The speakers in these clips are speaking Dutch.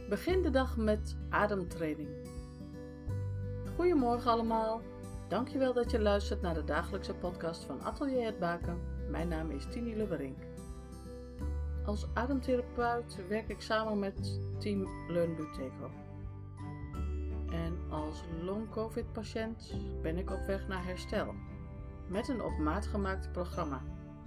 Begin de dag met ademtraining. Goedemorgen allemaal. Dankjewel dat je luistert naar de dagelijkse podcast van Atelier Het Baken. Mijn naam is Tini Lubberink. Als ademtherapeut werk ik samen met Team Learn Buteco. En als long-covid patiënt ben ik op weg naar herstel met een op maat gemaakt programma.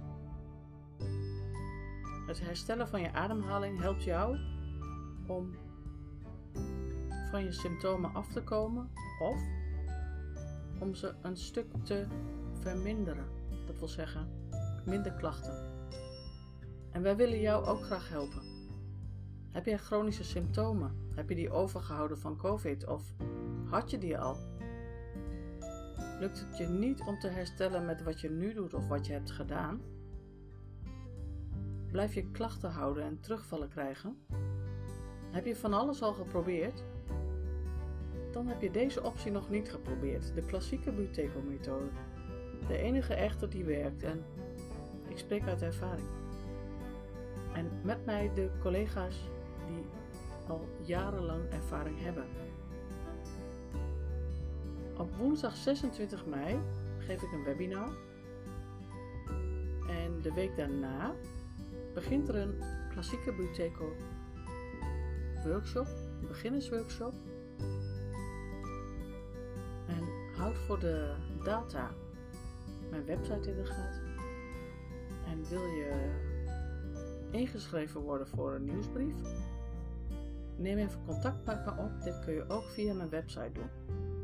Het herstellen van je ademhaling helpt jou om van je symptomen af te komen of om ze een stuk te verminderen. Dat wil zeggen, minder klachten. En wij willen jou ook graag helpen. Heb jij chronische symptomen? Heb je die overgehouden van COVID of had je die al? Lukt het je niet om te herstellen met wat je nu doet of wat je hebt gedaan? Blijf je klachten houden en terugvallen krijgen? Heb je van alles al geprobeerd? Dan heb je deze optie nog niet geprobeerd, de klassieke Buteco-methode. De enige echte die werkt en ik spreek uit ervaring. En met mij de collega's die al jarenlang ervaring hebben. Op woensdag 26 mei geef ik een webinar. En de week daarna begint er een klassieke Buteco workshop, een beginnersworkshop. En houd voor de data mijn website in de gaten. En wil je ingeschreven worden voor een nieuwsbrief? Neem even contact met me op. Dit kun je ook via mijn website doen.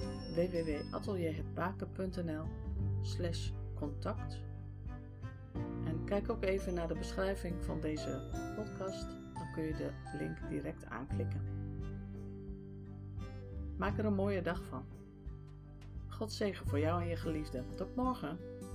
www.atelierhetbaken.nl/contact. En kijk ook even naar de beschrijving van deze podcast. Dan kun je de link direct aanklikken. Maak er een mooie dag van. God zegen voor jou en je geliefden. Tot morgen.